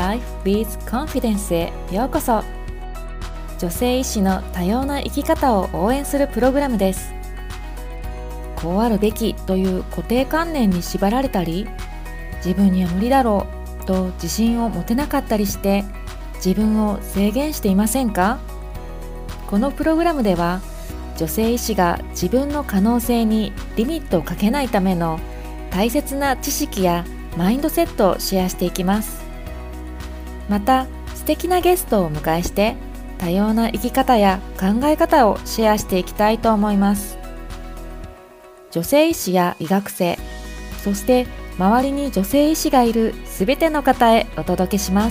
Life with Confidence へようこそ。女性医師の多様な生き方を応援するプログラムです。こうあるべきという固定観念に縛られたり、自分には無理だろうと自信を持てなかったりして自分を制限していませんか？このプログラムでは女性医師が自分の可能性にリミットをかけないための大切な知識やマインドセットをシェアしていきます。また素敵なゲストをお迎えして多様な生き方や考え方をシェアしていきたいと思います。女性医師や医学生、そして周りに女性医師がいるすべての方へお届けします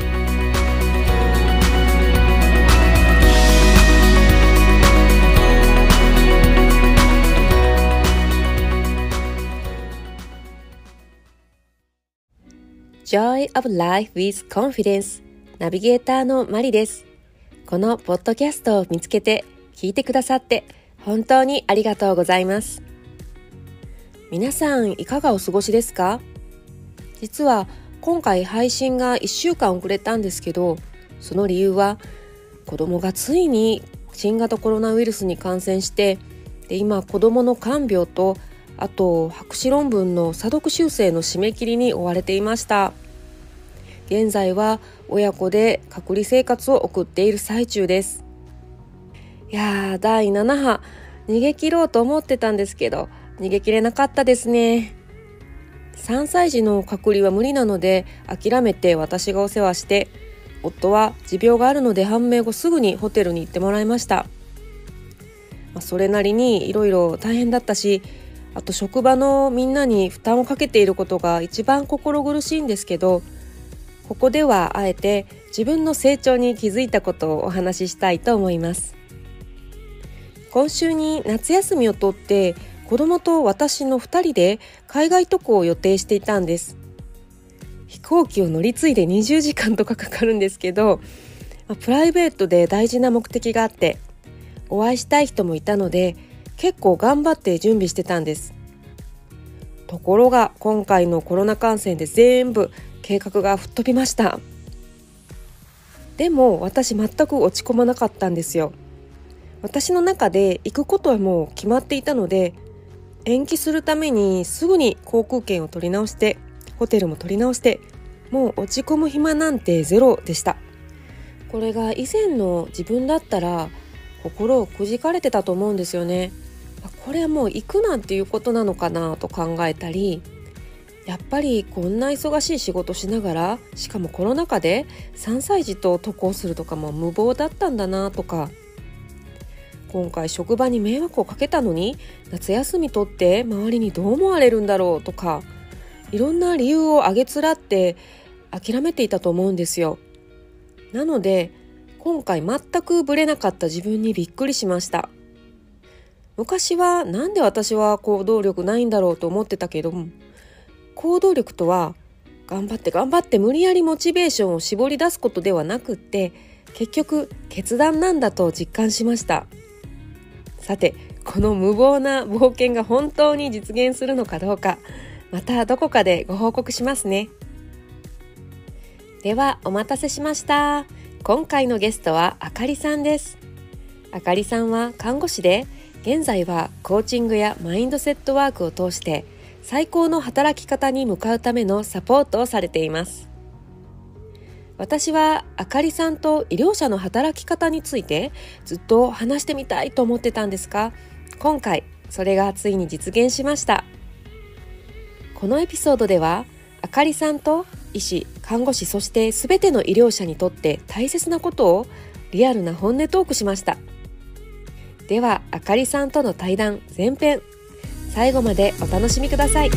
。Joy of Life with Confidence ナビゲーターのマリです。このポッドキャストを見つけて聞いてくださって本当にありがとうございます。皆さんいかがお過ごしですか？実は今回配信が1週間遅れたんですけど、その理由は子供がついに新型コロナウイルスに感染して、で今子供の看病とあと博士論文の査読修正の締め切りに追われていました。現在は親子で隔離生活を送っている最中です。いやー、第7波逃げ切ろうと思ってたんですけど逃げ切れなかったですね。3歳児の隔離は無理なので諦めて私がお世話して、夫は持病があるので判明後すぐにホテルに行ってもらいました。それなりにいろいろ大変だったし、あと職場のみんなに負担をかけていることが一番心苦しいんですけど、ここではあえて自分の成長に気づいたことをお話ししたいと思います。今週に夏休みを取って子供と私の2人で海外渡航を予定していたんです。飛行機を乗り継いで20時間とかかかるんですけど、プライベートで大事な目的があってお会いしたい人もいたので結構頑張って準備してたんです。ところが今回のコロナ感染で全部計画が吹っ飛びました。でも私全く落ち込まなかったんですよ。私の中で行くことはもう決まっていたので、延期するためにすぐに航空券を取り直してホテルも取り直して、もう落ち込む暇なんてゼロでした。これが以前の自分だったら心をくじかれてたと思うんですよね。これはもう行くなんていうことなのかなと考えたり、やっぱりこんな忙しい仕事しながら、しかもコロナ禍で3歳児と渡航するとかも無謀だったんだなとか、今回職場に迷惑をかけたのに夏休み取って周りにどう思われるんだろうとか、いろんな理由を挙げつらって諦めていたと思うんですよ。なので今回全くブレなかった自分にびっくりしました。昔はなんで私は行動力ないんだろうと思ってたけど、行動力とは頑張って無理やりモチベーションを絞り出すことではなくって、結局決断なんだと実感しました。さて、この無謀な冒険が本当に実現するのかどうか、またどこかでご報告しますね。ではお待たせしました。今回のゲストはあかりさんです。あかりさんは看護師で、現在はコーチングやマインドセットワークを通して最高の働き方に向かうためのサポートをされています。私はあかりさんと医療者の働き方についてずっと話してみたいと思ってたんですが、今回それがついに実現しました。このエピソードではあかりさんと医師、看護師、そして全ての医療者にとって大切なことをリアルな本音トークしました。ではあかりさんとの対談前編、最後までお楽しみください。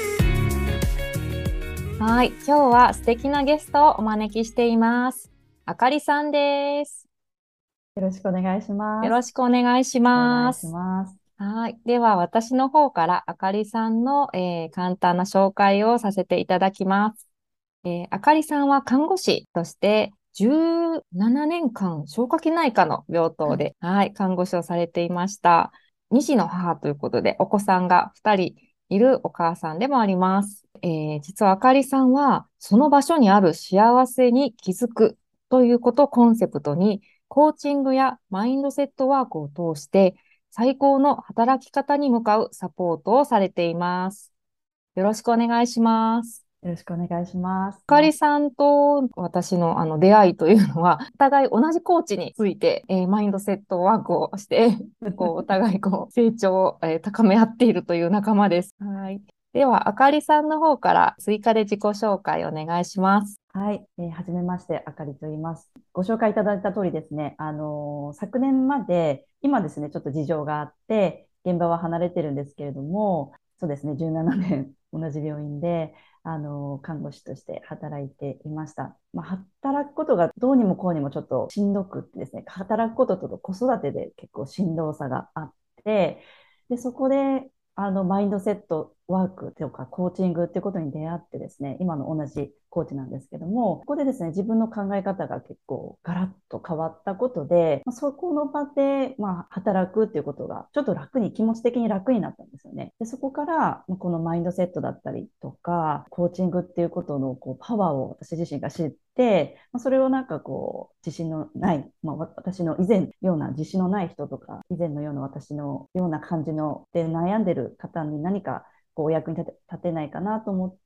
はい、今日は素敵なゲストをお招きしています。あかりさんです。 よろしくお願いします。 よろしくお願いします。はい、では私の方からあかりさんの、簡単な紹介をさせていただきます。あかりさんは看護師として17年間消化器内科の病棟で、看護師をされていました。2児の母ということでお子さんが2人いるお母さんでもあります。実はあかりさんは、その場所にある幸せに気づくということをコンセプトに、コーチングやマインドセットワークを通して、最高の働き方に向かうサポートをされています。よろしくお願いします。 よろしくお願いします。 あかりさんと私の出会いというのは、お互い同じコーチについて、マインドセットワークをして、お互い成長を、高め合っているという仲間です。はい。では、あかりさんの方から追加で自己紹介お願いします。 はい、はじめまして、あかりと言います。ご紹介いただいた通りですね、昨年まで、今ですね、ちょっと事情があって、現場は離れてるんですけれども、そうですね、17年同じ病院で、看護師として働いていました。まあ、働くことがどうにもこうにもちょっとしんどくってですね、働くことと子育てで結構しんどさがあって、で、そこで、マインドセットワークとかコーチングっていうことに出会ってですね、今の同じコーチなんですけども、ここでですね、自分の考え方が結構ガラッと変わったことで、そこの場で、働くっていうことがちょっと楽に、気持ち的に楽になったんですよね。で、そこから、このマインドセットだったりとか、コーチングっていうことのパワーを私自身が知って、それをなんか自信のない、私の以前ような自信のない人とか、以前のような私のような感じので悩んでる方に何かお役に立てないかなと思って、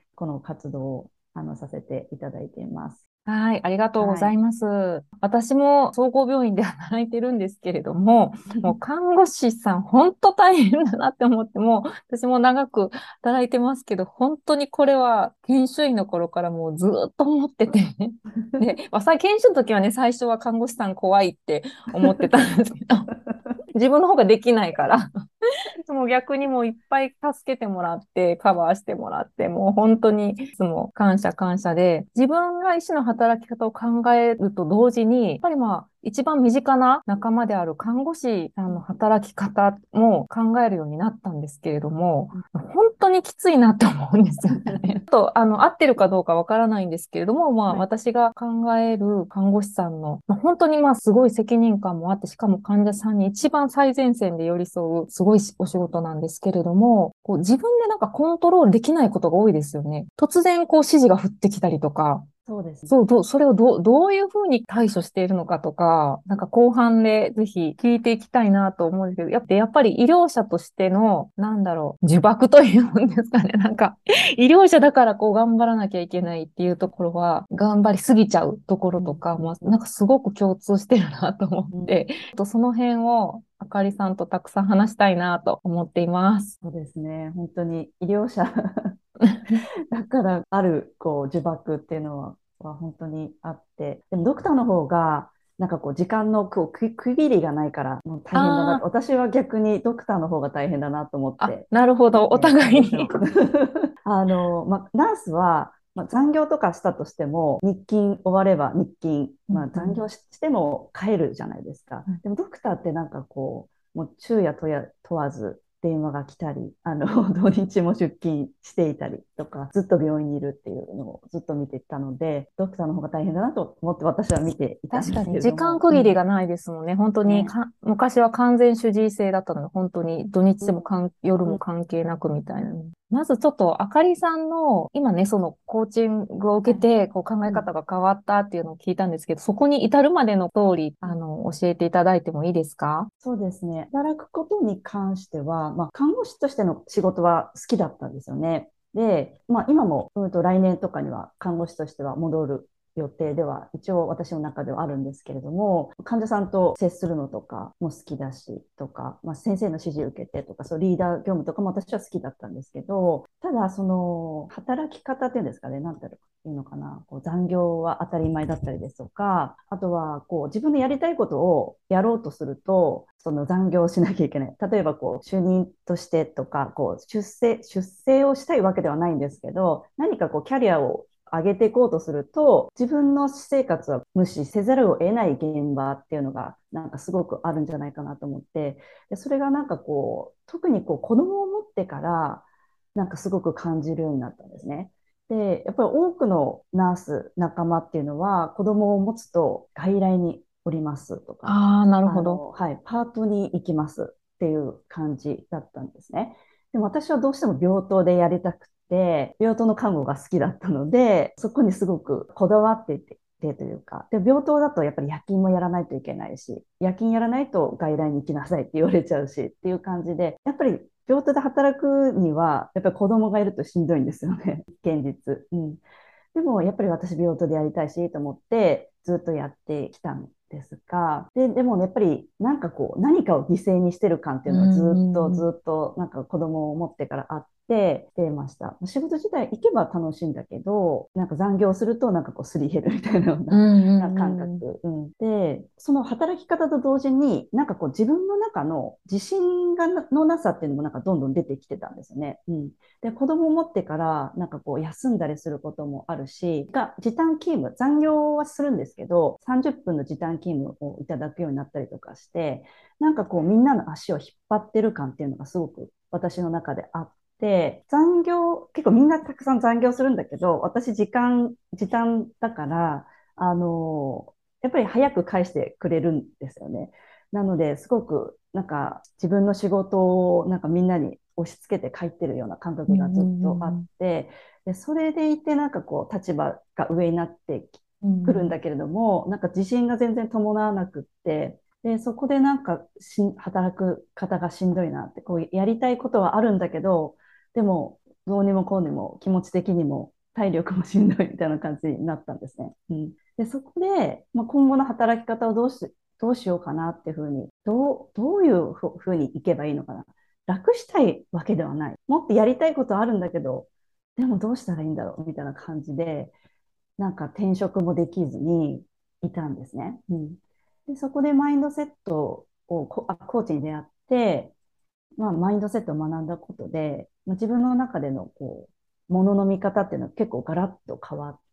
この活動をさせていただいています。 はい、ありがとうごはい。 ざいます。私も総合病院で働いてるんですけれども、もう看護師さん本当大変だなって思って、も私も長く働いてますけど、本当にこれは研修医の頃からもうずっと思ってて、で、研修の時はね、最初は看護師さん怖いって思ってたんですけど、自分の方ができないから、もう逆にもういっぱい助けてもらって、カバーしてもらって、もう本当にいつも感謝感謝で、自分が医師の働き方を考えると同時に、やっぱり一番身近な仲間である看護師さんの働き方も考えるようになったんですけれども、本当にきついなと思うんですよね。合ってるかどうかわからないんですけれども、 はい。 私が考える看護師さんの、本当にすごい責任感もあって、しかも患者さんに一番最前線で寄り添う、すごいお仕事なんですけれども、自分でなんかコントロールできないことが多いですよね。突然指示が降ってきたりとか、 そうですね。 そう、それをどういうふうに対処しているのかとか、なんか後半でぜひ聞いていきたいなと思うんですけど、やっぱり医療者としての、呪縛というんですかね。なんか、医療者だから頑張らなきゃいけないっていうところは、頑張りすぎちゃうところとか、なんかすごく共通してるなと思って、その辺をあかりさんとたくさん話したいなと思っています。 そうですね。本当に医療者だからある呪縛っていうのは本当にあって、でもドクターの方がなんか時間の区切りがないからもう大変だな。 あ私は逆にドクターの方が大変だなと思っあ、 てなるほど。お互いに。 看護師のナースは、残業とかしたとしても日勤終われば日勤、残業しても帰るじゃないですか。でもドクターってなんかもう昼夜問わず電話が来たり、土日も出勤していたりとか、ずっと病院にいるっていうのをずっと見てたので、ドクターの方が大変だなと思って私は見ていたんですけ確かに、時れども、 間区切りがないですもんね。本当にね、 昔は完全主治医制だったので、本当に土日うん、 でも夜も関係なくみたいな。まずちょっと、あかりさんの、今ね、そのコーチングを受はい、 けて、考えうん、 方が変わったっていうのを聞いたんですけど、そこに至るまでのストーリー、教えていただいてもいいですか？ そうですね。働くことに関しては、看護師としての仕事は好きだったんですよね。で、今も、来年とかには看護師としては戻る予定では、一応私の中ではあるんですけれども、患者さんと接するのとかも好きだし、とか、先生の指示を受けてとか、そうリーダー業務とかも私は好きだったんですけど、ただ、その、働き方っていうんですかね、なんていうのかな、残業は当たり前だったりですとか、あとは自分のやりたいことをやろうとすると、その残業をしなきゃいけない。例えば就任としてとか、出世をしたいわけではないんですけど、何かキャリアを上げていこうとすると、自分の私生活は無視せざるを得ない現場っていうのが、なんかすごくあるんじゃないかなと思って、でそれがなんか特に子供を持ってから、なんかすごく感じるようになったんですね。で、やっぱり多くのナース仲間っていうのは、子供を持つと外来におりますとか、 ああー、なるほど。 はい、パートに行きますっていう感じだったんですね。 でも私はどうしても病棟でやりたくて、病棟の看護が好きだったので、そこにすごくこだわっててというか、で、病棟だとやっぱり夜勤もやらないといけないし、夜勤やらないと外来に行きなさいって言われちゃうしっていう感じで、やっぱり病棟で働くには、やっぱり子供がいるとしんどいんですよね、現実。うん。でも、やっぱり私、病棟でやりたいしと思って、ずっとやってきたんですが、でも、やっぱり、なんかこう、何かを犠牲にしてる感っていうのはずうんうっと、 んうん。 ずっと、なんか子供を持ってからあって、してました。仕事自体行けば楽しいんだけど、なんか残業すると、なんかこう、すり減るみたいなような、 うんな感うんうん。 覚。うん。で、その働き方と同時に、なんかこう、自分の中の自信がのなさっていうのも、なんかどんどん出てきてたんですよね。うん。で、子供を持ってから、なんかこう、休んだりすることもあるし、時短勤務、残業はするんですけど、30分の時短勤務をいただくようになったりとかして、なんかこう、みんなの足を引っ張ってる感っていうのがすごく私の中であって、残業、結構みんなたくさん残業するんだけど、私時短だから、やっぱり早く返してくれるんですよね。なので、すごく、なんか、自分の仕事を、なんかみんなに押し付けて帰ってるような感覚がうんうずっとあっんうんて、で、それでいて、なんかこう、立場が上になってうん。うん。 くるんだけれども、なんか自信が全然伴わなくって、で、そこでなんか働く方がしんどいなって、こう、やりたいことはあるんだけど、でも、どうにもこうにも気持ち的にも体力もしんどいみたいな感じになったんですね。うん。で、そこで、まあ、今後の働き方をどうしようかなっていうふうに、どういうふうにいけばいいのかな。楽したいわけではない。もっとやりたいことあるんだけど、でもどうしたらいいんだろうみたいな感じで、なんか転職もできずにいたんですね。うん。で、そこでマインドセットをコーチに出会って、まあ、マインドセットを学んだことで、まあ、自分の中でのこう、ものの見方っていうのは結構ガラッと変わって、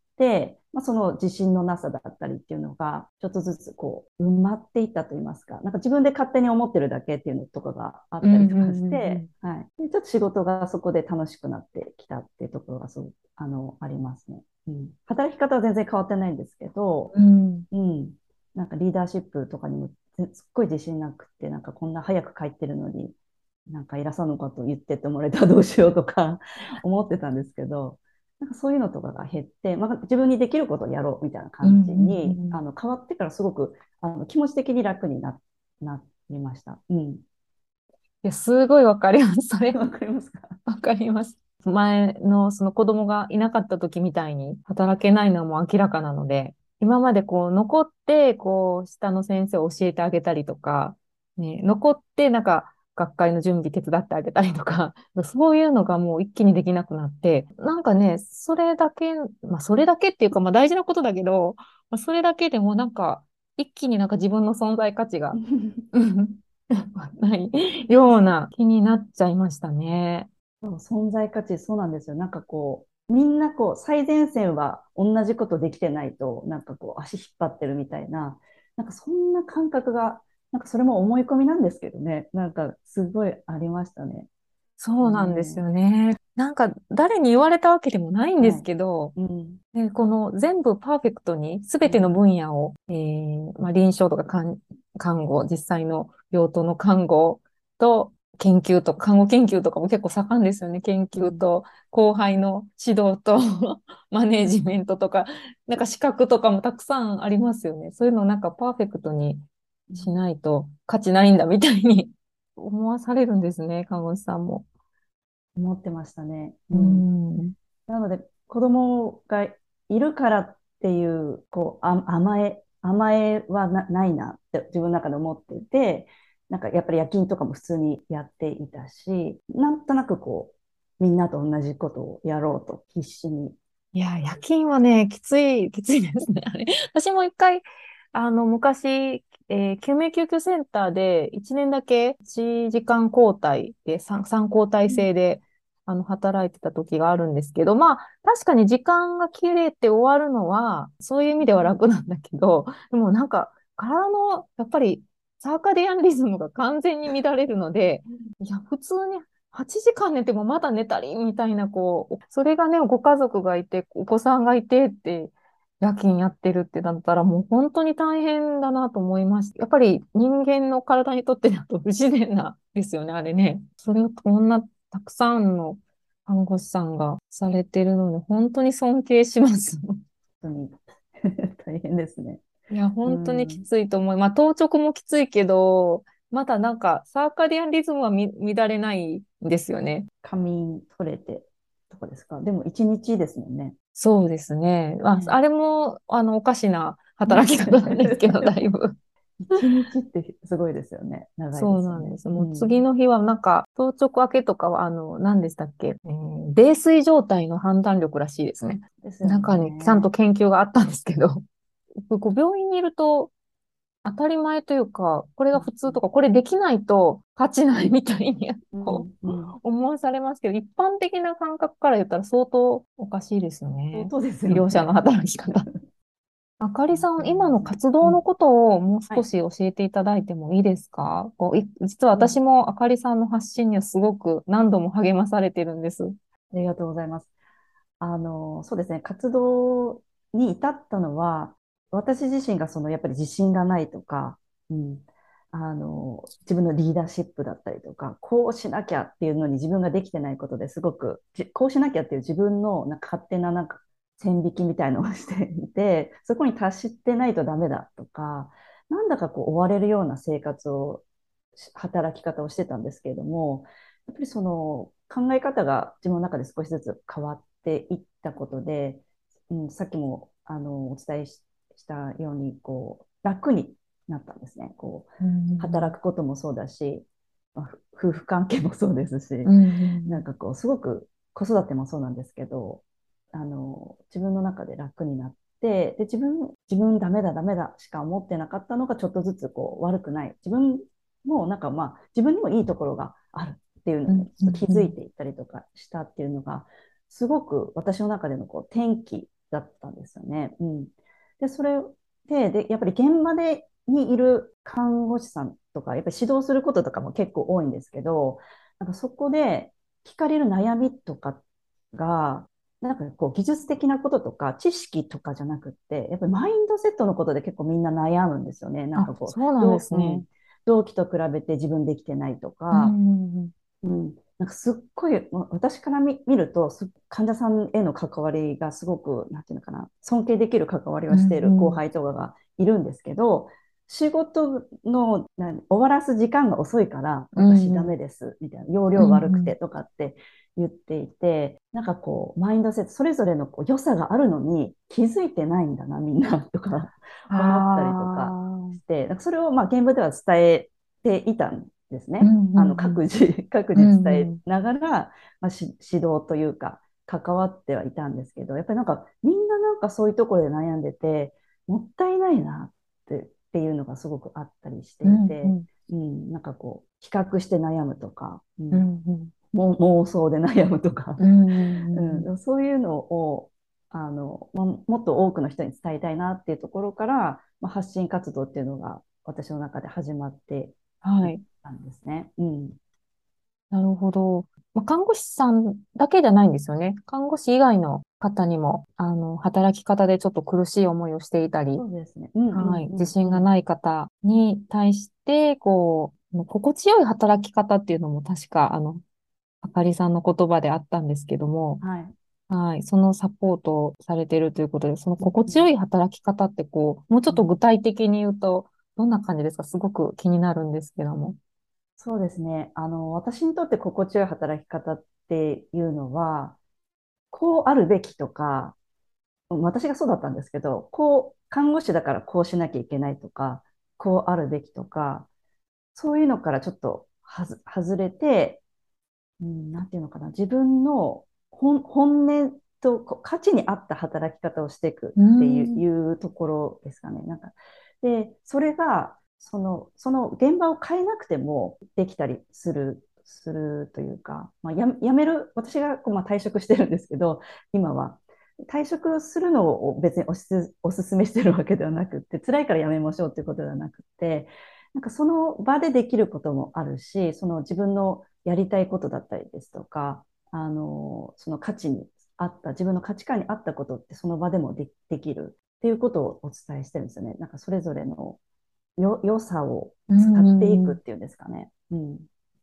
まあ、その自信のなさだったりっていうのが、ちょっとずつこう、埋まっていったと言いますか、なんか自分で勝手に思ってるだけっていうのとかがあうんうったりとかしんうんうて、 ん。 はい。で、ちょっと仕事がそこで楽しくなってきたっていうところがすごく、ありますね。うん。働き方は全然変わってないんですけど、 うん。 うん。なんかリーダーシップとかにもすっごい自信なくって、なんかこんな早く帰ってるのに、なんか偉そうなこと言ってってもらえたらどうしようとか思ってたんですけど、なんかそういうのとかが減って、まあ、自分にできることをやろうみたいな感じうんうんうにん。 変わってからすごく気持ち的に楽になりました。うん。 いや、すごいわかります。それ、 わかりますか？ わかります。前のその子供がいなかった時みたいに働けないのはもう明らかなので、今までこう残って、こう下の先生を教えてあげたりとか、ね、残ってなんか学会の準備手伝ってあげたりとか、そういうのがもう一気にできなくなって、なんかね、それだけ、まあそれだけっていうかまあ大事なことだけど、まあ、それだけでもなんか一気になんか自分の存在価値が、うんないような気になっちゃいましたね。 そう存在価値、そうなんですよ。なんかこう、みんなこう、最前線は同じことできてないと、なんかこう、足引っ張ってるみたいな、なんかそんな感覚が、なんかそれも思い込みなんですけどね、なんかすごいありましたね。 そうなんですねよね。なんか誰に言われたわけでもないんですはい。 けど、 うん。 ね、この全部パーフェクトに全てのうん。 分野を、まあ、臨床とか看護、実際の病棟の看護と研究とか、看護研究とかも結構盛んですよね。研うん。 究と後輩の指導とマネージメントとか、なんか資格とかもたくさんありますよね。そういうのをなんかパーフェクトにしないと価値ないんだみたいに思わされるんですね、看護師さんも。 思ってましたね。 ううん。 ん。 なので、子供がいるからっていう、こう、甘えはないなって自分の中で思っていて、なんかやっぱり夜勤とかも普通にやっていたし、なんとなくこう、みんなと同じことをやろうと必死に。 いや、夜勤はね、きついですね、あれ。私も一回、昔、救命救急センターで1年だけ1時間交代で3交代うん制で、働いてた時があるんですけど、まあ、確かに時間が切れて終わるのは、そういう意味では楽なんだけど、でもなんか、体の、やっぱり、サーカディアンリズムが完全に乱れるので、いや、普通に8時間寝てもまだ寝たりみたいな、こう、それがね、ご家族がいて、お子さんがいてって、夜勤やってるってなったらもう本当に大変だなと思いました。やっぱり人間の体にとってだと不自然なですよね、あれね。それをこんなたくさんの看護師さんがされてるので、本当に尊敬します。 本当に大変ですね。 いや、 う本当にきん。 ついと思います。まあ、当直もきついけど、まだなんか、サーカディアンリズムは乱れないんですよね。 仮眠取れてとかですか？でも一日ですもんね。 そうですね。 ね。 あれも、おかしな働き方なんですけど、だいぶ。 一日ってすごいですよね。長いでそうすよね。 なんです。 うもう次ん。 の日はなんか、当直明けとかは、何でしたっけ、泥酔状態の判断力らしいですね。 ですよ中にちゃんとね。 研究があったんですけど、こう病院にいると当たり前というか、これが普通とか、これできないと勝ちないみたいにうこん、うん。 う思わされますけど、一般的な感覚から言ったら相当おかしいですよね。 相当です医療者のよね。 働き方。あかりさん、 本当今のに。 活動のうん。 ことをもうはい。 少し教えていただいてもいいですか？実はうん。 私もあかりさんの発信にはすごく何度も励まされてるんです。 ありがとうございます。そうですね。活動に至ったのは、私自身がやっぱり自信がないとか、うん。自分のリーダーシップだったりとか、こうしなきゃっていうのに自分ができてないことですごく、こうしなきゃっていう自分のなんか勝手ななんか線引きみたいのをしていて、そこに達してないとダメだとか、なんだかこう追われるような生活を、働き方をしてたんですけれども、やっぱりその考え方が自分の中で少しずつ変わっていったことで、うん、さっきもお伝えしたようにこう楽になったんですね。こううん、 働くこともそうだし、まあ夫婦関係もそうですし、 うん、 なんかこうすごく子育てもそうなんですけど、自分の中で楽になって、で自分ダメだダメだしか思ってなかったのがちょっとずつこう悪くない、自分もなんかまあ自分にもいいところがあるっていうのうん、 にちょっと気うん、 づいていったりとかしたっていうのがすごく私の中でのこう転機だったんですよね。うん、でそれでやっぱり現場にいる看護師さんとかやっぱり指導することとかも結構多いんですけど、なんかそこで聞かれる悩みとかがなんかこう技術的なこととか知識とかじゃなくって、やっぱりマインドセットのことで結構みんな悩むんですよね。なんかあ、 こう、 そうなんですね。 うん、同期と比べて自分できてないとうか、 ん、 うん、なんかすっごい、私から見ると患者さんへの関わりがすごく、なんていうのかな、尊敬できる関わりうん、 をしている後うん、 輩とかがいるんですけど、仕事の終わらす時間が遅いからうん、うん、 私ダメですみたいな、容うん、 量悪くうん、 てとかって言っていて、なんかこうマインドセットそれぞれのこう良さがあるのに気づいてないんだなみんなとか思ったりとかああ、 して、なんかそれをまあ現場では伝えていたんですね。 うん、うん、 各うん、 自伝えうん、 ながら、まあ、指導というか関わってはいたんですけど、やっぱりなんかみんななんかそういうところで悩んでてもったいないなっていうのがすごくあったりしてうん、ういて、 ん、 うん、なんかこう比較して悩むとか、うん、 うん、うん、 も妄想で悩むとか、 うん、 うん、そういうのをまあ、もっと多くの人に伝えたいなっていうところから、まあ、発信活動っていうのが私の中で始まっていっはい。 たんですね。うん、 なるほど。まあ、看護師さんだけじゃないんですよね。看護師以外の方にも、働き方でちょっと苦しい思いをしていたり、 そうですね。うんうはい、自んうんうん。 信がない方に対して、心地よい働き方っていうのも確か、あかりさんの言葉であったんですけども、 はい。 はい、そのサポートをされているということで、そのうんうん心地よい働き方ってもうちょっと具うん。 体的に言うと、どんな感じですか？すごく気になるんですけども。 そうですね。私にとって心地よい働き方っていうのは、こうあるべきとか、私がそうだったんですけど、こう、看護師だからこうしなきゃいけないとか、こうあるべきとか、そういうのからちょっと外れて、うん、なんていうのかな、自分の本音とこう価値に合った働き方をしていくうーっていうん、 いうところですかね。なんかで、それがその現場を変えなくてもできたりするというか、まあ、辞める、私がこう、まあ、退職してるんですけど、今は。退職するのを別におすすめしてるわけではなくって、辛いから辞めましょうっていうことではなくて、なんかその場でできることもあるし、その自分のやりたいことだったりですとか、その価値に合った、自分の価値観に合ったことってその場でもできるっていうことをお伝えしてるんですよね。なんかそれぞれの良さをう使っていん、うん、 くっていうんですかね。うん。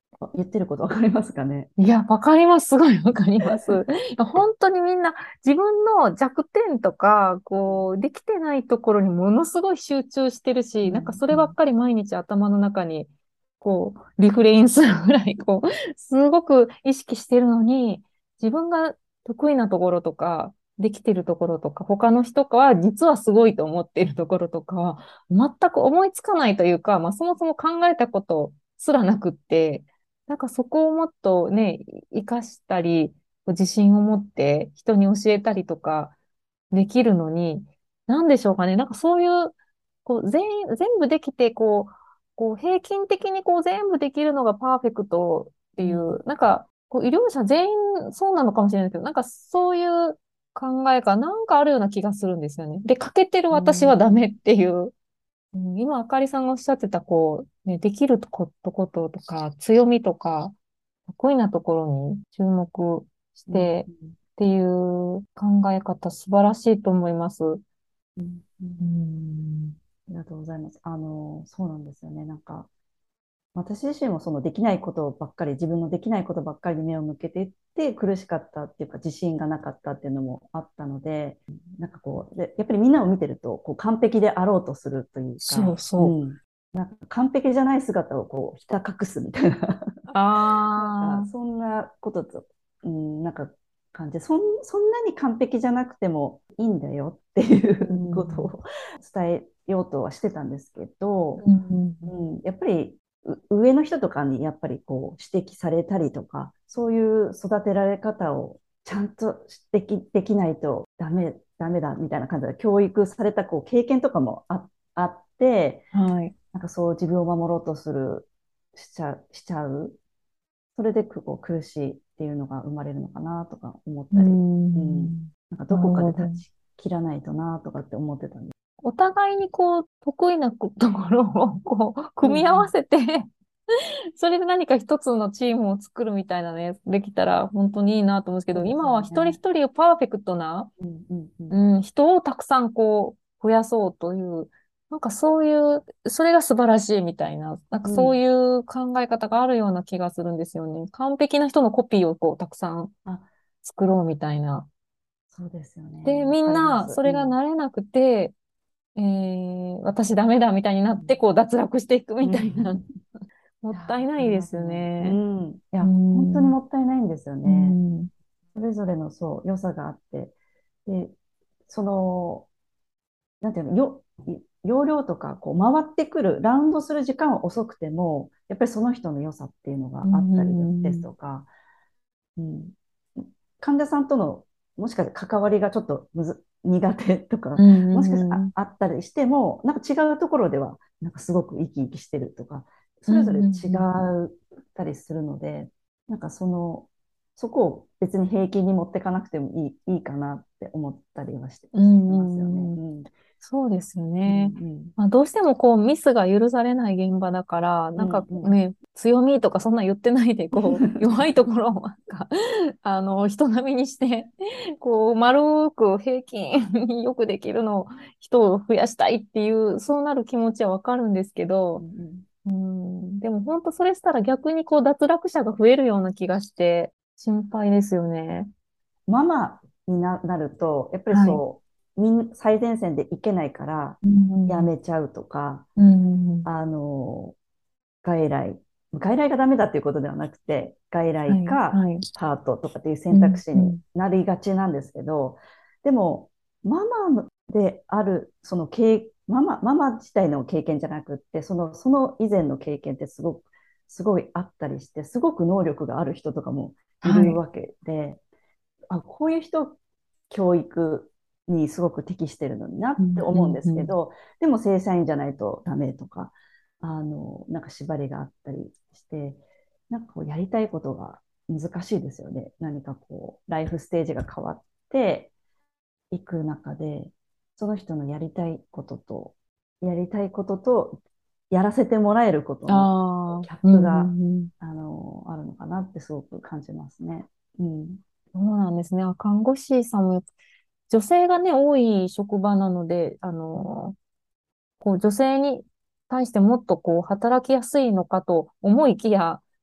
言ってることわかりますかね。 いや、わかります。すごいわかります。いや本当にみんな自分の弱点とか、こう、できてないところにものすごい集中してるし、なんかそればっかり毎日頭の中に、こう、リフレインするぐらい、こう、すごく意識してるのに、自分が得意なところとか、できてるところとか、他の人は実はすごいと思っているところとかは、全く思いつかないというか、まあそもそも考えたことすらなくって、なんかそこをもっとね、活かしたり、自信を持って人に教えたりとかできるのに、なんでしょうかね。なんかそういう、全部できて、平均的にこう全部できるのがパーフェクトってうんいう、なんか、医療者全員そうなのかもしれないけど、なんかそういう考えがなんかあるような気がするんですよね。で、欠けてるう私はダメんっていう、今、あかりさんがおっしゃってた、できるとか、強みとか、得意なところに注目しうんてっていう考え方、素晴らしいと思います。 うんううん。 ん。 ありがとうございます。そうなんですよね。なんか、私自身もそのできないことばっかり、自分のできないことばっかりに目を向けていって苦しかったっていうか自信がなかったっていうのもあったので、なんかこう、で、やっぱりみんなを見てるとこう完璧であろうとするというか、 そうそなんか完璧じゃない姿をこうひた隠すみたいな、 う。 なんかああ、 そんなことと、なんか感じで、そんなに完璧じゃなくてもいいんだよっていううことん。 を伝えようとはしてたんですけど、 うん。 やっぱり上の人とかにやっぱりこう指摘されたりとか、そういう育てられ方をちゃんとできないとダメだみたいな感じで教育されたこう経験とかもあって、 はい。 なんかそう自分を守ろうとしちゃう。それでこう苦しいっていうのが生まれるのかなとか思っうたり、 ん。 なんかどなるこかでほど。 断ち切らないとなとかって思ってたんです。 お互いに得意なところを、組み合わうんうんせてそれで何か一つのチームを作るみたいなね、できたら本当にいいなと思うんですけど、 そうです今は一人よね。 一人をパーフェクトな、 うんうんうん。 人をたくさん増やそうという、なんかそういう、それが素晴らしいみたいな、なんかそううん。 いう考え方があるような気がするんですよね。完璧な人のコピーをたくさんあ、 作ろうみたいな。 そうですよね。 で、 わみんなかります。 それが慣れなくて、私ダメだみたいになって、脱落していくみうん。 たいな。もいや、 ったいわかりないですよますね。 ね。 いや、 う本当にん。 もったいないんですようね。 ん。 それぞれのそう、良さがあって。で、その、なんていうの、容量とか、こう、回ってくる、ラウンドする時間は遅くても、やっぱりその人の良さっていうのうがあったりですん。 とか、うん、患者さんとの、もしかして関わりがちょっと苦手とか、 うもしかしてん。 あったりしても、なんか違うところでは、なんかすごく生き生きしてるとか、 うそれぞれ違ん。 ったりするので、なんかそこを別に平均に持っていかなくてもいいかなって思ったりはうしてますよね。 ん。そうですよね。 うんまあ、どうしてもミスが許されない現場だから、なんかうんね、強みとかそんな言ってないで、弱いところをなんか、人並みにして、丸く平均によくできる人を増やしたいっていう、そうなる気持ちはわかるんですけど、 うんでも本当それしたら逆に脱落者が増えるような気がして、心配ですよね。 ママになると、やっぱりはい。 最前線でいけないからうん。 やめちゃうとか、 うん。 あの、外来、外来がダメだっていうことではなくて、外はい。 来かはい。 パートとかっていううん。 選択肢にうん。 なりがちなんですけど、でも、ママである、ママ自体の経験じゃなくって、その以前の経験ってすごいあったりして、すごく能力がある人とかもいはい。 るわけで、こういう人、教育にすごく適してるのになうん。 って思うんうん。うん。 ですけど、でも正社員じゃないとダメとか、なんか縛りがあったりして、なんかこうやりたいことが難しいですよね。何かこう、ライフステージが変わっていく中で、その人のやりたいことと、やらせてもらえることあのあ、 ギャッうん。うプが、 ん。うん。 あるのかなってすごく感じますね。うん。 そうなんですね。看護師さんも、女性がね、多い職場なので、女性に対してもっと働きやすいのかと思いきや、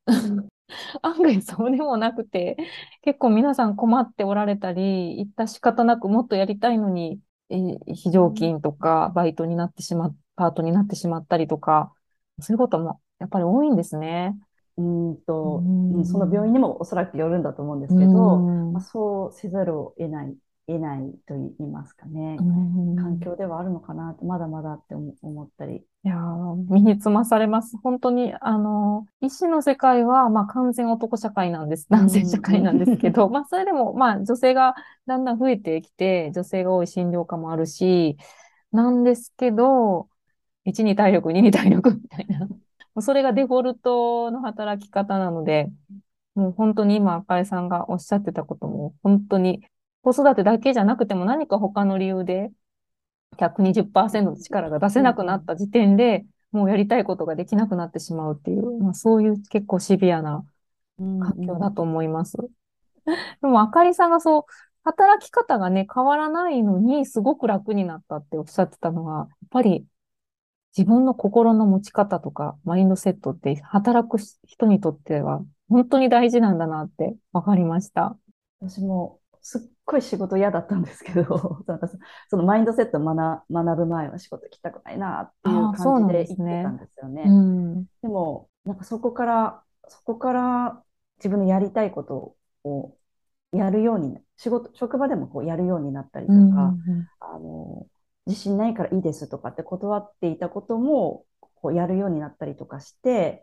案外そうでもなくて、結構皆さん困っておられたり、致し方なくもっとやりたいのに、非常勤とか、バイトになってしまっ、パートになってしまったりとか、そういうこともやっぱり多いんですね。うーその病院ん。 にもおそらくよるんだと思うんでうーすけど、 ん。うそうせざるを得ないと言いますかーね。環ん。 境ではあるのかなって、まだまだって思ったり。 いやー、身につまされます。本当に、医師の世界は、まあ、完全男社会なんです。男性うん、う社会なんですけど、 ん。 まあ、それでも、まあ、女性がだんだん増えてきて、女性が多い診療科もあるし、なんですけど、1に体力、2に体力みたいな。もうそれがデフォルトの働き方なので、もう本当に今、赤井さんがおっしゃってたことも、本当に子育てだけじゃなくても何か他の理由で、120%の力が出せうん、 なくなった時点で、もうやりたいことができなくなってしまうっていう、まあ、そういう結構シビアなうん、 環うん。 境だと思います。でも、あかりさんがそう、働き方がね、変わらないのに、すごく楽になったっておっしゃってたのは、やっぱり自分の心の持ち方とか、マインドセットって働く人にとっては、本当に大事なんだなって分かりました。 私もすっごい仕事嫌だったんですけど、なんかそのマインドセットを学ぶ前は仕事行きたくないなっていうああ、 感じそうなんでで言ってたすね。 んですようね。 ん。 でも、なんかそこから自分のやりたいことをやるように、職場でもこうやるようになったりうん、うとか、 ん、 あの、自信ないからいいですとかって断っていたことも、こうやるようになったりとかして、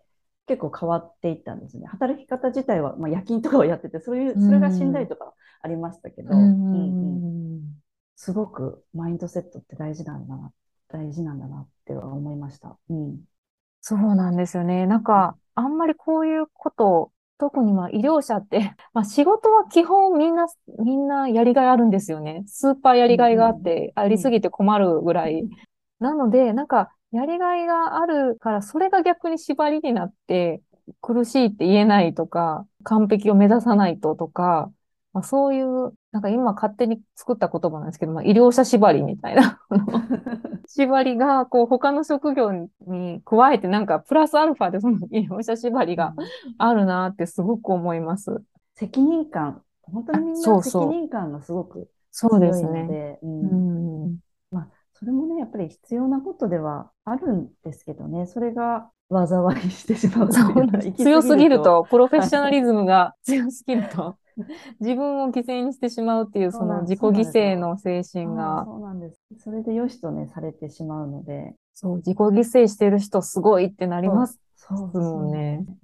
結構変わっていったんですね。働き方自体は、まあ、夜勤とかをやってて、 うそれがしんどん。うん、 いとかありましたけうど、うんうん。 ん。 すごくマインドセットって大事なんだなっては思いました。うん。 そうなんですよね。なんか、あんまりこういうことを、特にまあ医療者って、まあ仕事は基本みんなやりがいあるんですよね。スーパーやうんりがいがあっうんて、あうん。 りすぎて困るぐらい。なので、なんか、やりがいがあるから、それが逆に縛りになって、苦しいって言えないとか、完璧を目指さないととか、まあ、そういう、なんか今勝手に作った言葉なんですけど、まあ、医療者縛りみたいな縛りが、こう、他の職業に加えて、なんか、プラスアルファでその医療者縛りがうん。 あるなってすごく思います。 責任感、本当にあ、 みんな責そうそう。 任感がすごくそうで強いすね。 ので、ううん、 ん。 まあ、それもね、やっぱり必要なことではあるんですけどね、それが災いしてしまうそうなんです。 というか、行き過強すぎると、 ぎると、プロフェッはい、 ショナリズムが強すぎると、自分を犠牲にしてしまうっていう、その自己そうなん犠ですよ。 牲の精神が、 そうなんです。それで良しとね、されてしまうので、 そう、自己犠牲してる人すごいってなりますもんね。 そうなんですね。 うん。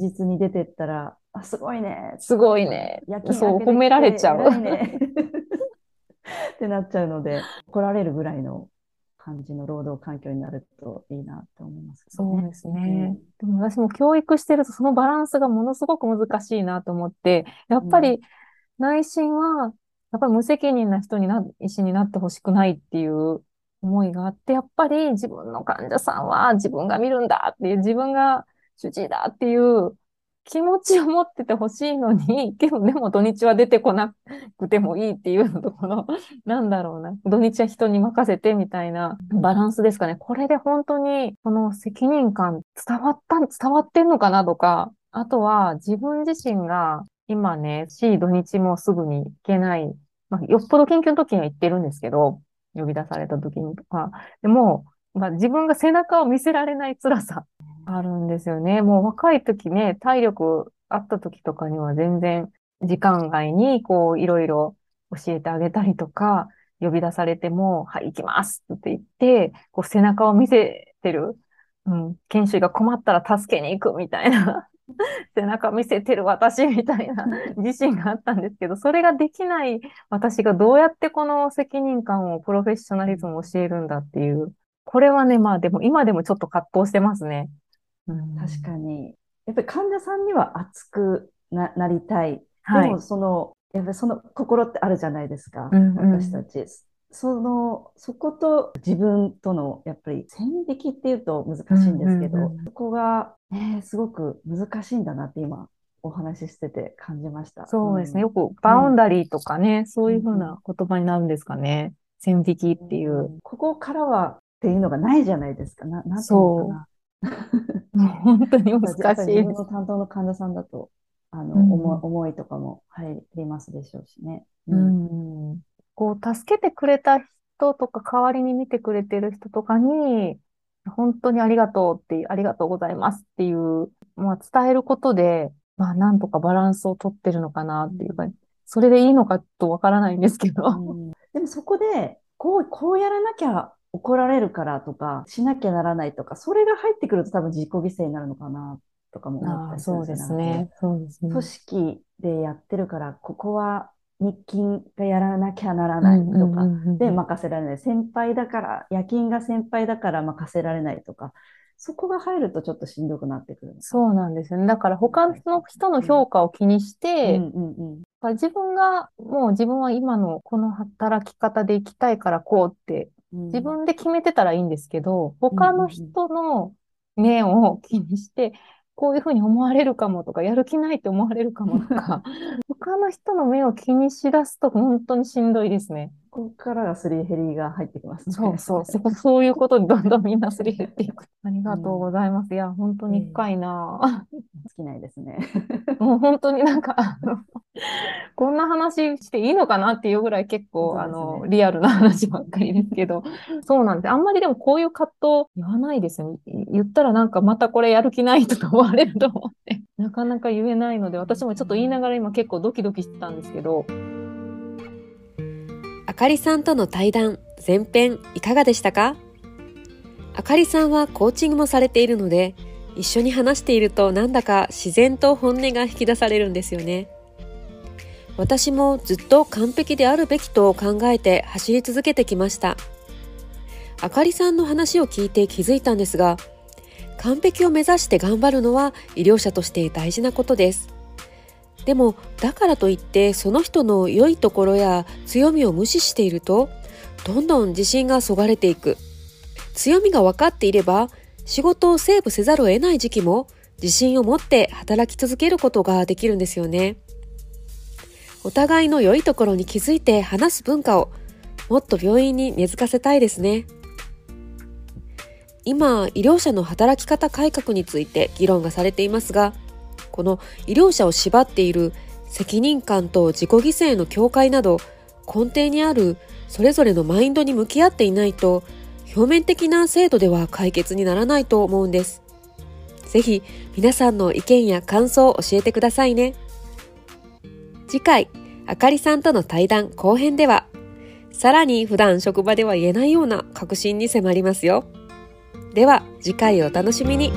休日に出てったら、あ、すごいね、 すごいね。 夜勤明そう、 け褒められちできてゃう。 偉いねってなっちゃうので、怒られるぐらいの感じの労働環境になるといいなって思いますけどね。 そうですね。 うん。 でも私も教育してるとそのバランスがものすごく難しいなと思って、やっうん。 ぱり内心は、やっぱり無責任な医師になってほしくないっていう思いがあって、やっぱり自分の患者さんは自分が見るんだっていう、自分が主治医だっていう気持ちを持っててほしいのに、けどでも土日は出てこなくてもいいっていうのところ、なんだろうな。土日は人に任せてみたいなバランスですかね。これで本当にこの責任感伝わってんのかなとか、あとは自分自身が今ね、土日もすぐに行けない。まあ、よっぽど緊急の時には行ってるんですけど、呼び出された時にとか。でも、まあ、自分が背中を見せられない辛さあるんですよね。もう若い時ね、体力あった時とかには全然時間外にこういろいろ教えてあげたりとか、呼び出されても、はい、行きますって言って、こう背中を見せてる。うん、研修医が困ったら助けに行くみたいな背中見せてる私みたいな自信があったんですけど、それができない私がどうやってこの責任感をプロフェッショナリズムを教えるんだっていう。これはね、まあでも今でもちょっと葛藤してますね。う確かん。 に。やっぱり患者さんには熱くなりたい。でも、 はい。 やっぱりその心ってあるじゃないですか。 うんうん。 私たち。そこと自分との、やっぱり線引きっていうと難しいんうんうですけど、 んうん。 そこがね、すごく難しいんだなって今、お話ししてて感じました。うそうですね。 ん。 よくうん。 バウンダリーとかね、そういうふううんうん。 な言葉になるんですかね。線引きっていう。 ここからはっていうのがないじゃないですか。なんていうのかそう。 な。 もう本当に難しいやっぱり自分です。 の担当の患者さんだと、 うん思いとかも入りますでしょうしね。ううん。 ん、こう、助けてくれた人とか、代わりに見てくれてる人とかに、本当にありがとうっていう、ありがとうございますっていう、まあ、伝えることで、まあ、なんとかバランスをとってるのかなっていうか、それでいいのかとわからないんですけど。 でもそこで、こうやらなきゃ怒られるからとか、しなきゃならないとか、それが入ってくると多分自己犠牲になるのかなとかも思っああ、 たりするんそうでですよね。なんかすね。そうです組ね。 織でやってるから、ここは日勤がやらなきゃならないうんうんうとかでんうん。 任せられない。先輩だから、夜勤が先輩だから任せられないとか、そこが入るとちょっとしんどくなってくるのかそうなんですよね。だから他の人の評価を気にしな。うて、 んうんうん。 もう自分は今のこの働き方で生きたいからこうって自うん分で決めてたらいいんですけど、 うん他のうん人の目を気にして、こういうふうに思われるかもとか、やる気ないって思われるかもとか、他の人の目を気にしだすと本当にしんどいですね。 ここからがすり減りが入ってきますね。 そういうことにどんどんみんなすり減っていく。ありがとうごうんざいます。いや、本当に深いなぁ。 好きないですね。 もう本当にこんな話していいのかなっていうぐらい結構、 そうですね。 リアルな話ばっかりですけど、そうなんです。あんまりでもこういう葛藤言わないですよね。言ったらなんかまたこれやる気ないとか思われると思って、なかなか言えないので、私もちょっと言いながら今結構ドキドキしてたんですけど。 あかりさんとの対談、前編いかがでしたか？あかりさんはコーチングもされているので、一緒に話しているとなんだか自然と本音が引き出されるんですよね。私もずっと完璧であるべきと考えて走り続けてきました。あかりさんの話を聞いて気づいたんですが、完璧を目指して頑張るのは医療者として大事なことです。でも、だからといってその人の良いところや強みを無視していると、どんどん自信がそがれていく。強みが分かっていれば、仕事をセーブせざるを得ない時期も自信を持って働き続けることができるんですよね。お互いの良いところに気づいて話す文化をもっと病院に根付かせたいですね。今、医療者の働き方改革について議論がされていますが、この医療者を縛っている責任感と自己犠牲の境界など、根底にあるそれぞれのマインドに向き合っていないと、表面的な制度では解決にならないと思うんです。ぜひ皆さんの意見や感想を教えてくださいね。次回、あかりさんとの対談後編では、さらに普段職場では言えないような確信に迫りますよ。では次回をお楽しみに。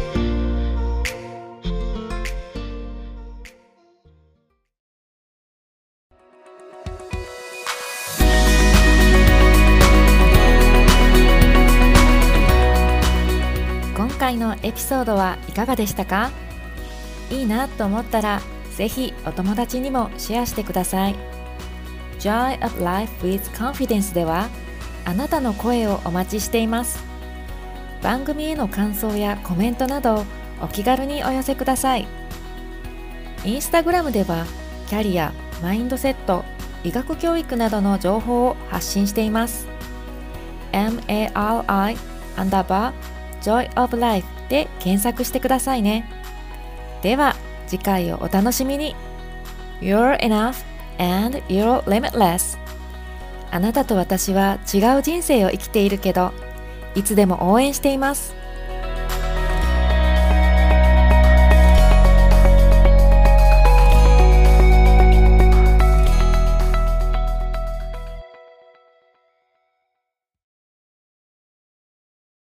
今回のエピソードはいかがでしたか？いいなと思ったらぜひお友達にもシェアしてください。 Joy of Life with Confidence ではあなたの声をお待ちしています。番組への感想やコメントなどお気軽にお寄せください。インスタグラムではキャリア、マインドセット、医学教育などの情報を発信しています。 MARI_Joy of Life で検索してくださいね。では次回をお楽しみに。 You're enough and you're limitless。 あなたと私は違う人生を生きているけど、いつでも応援しています。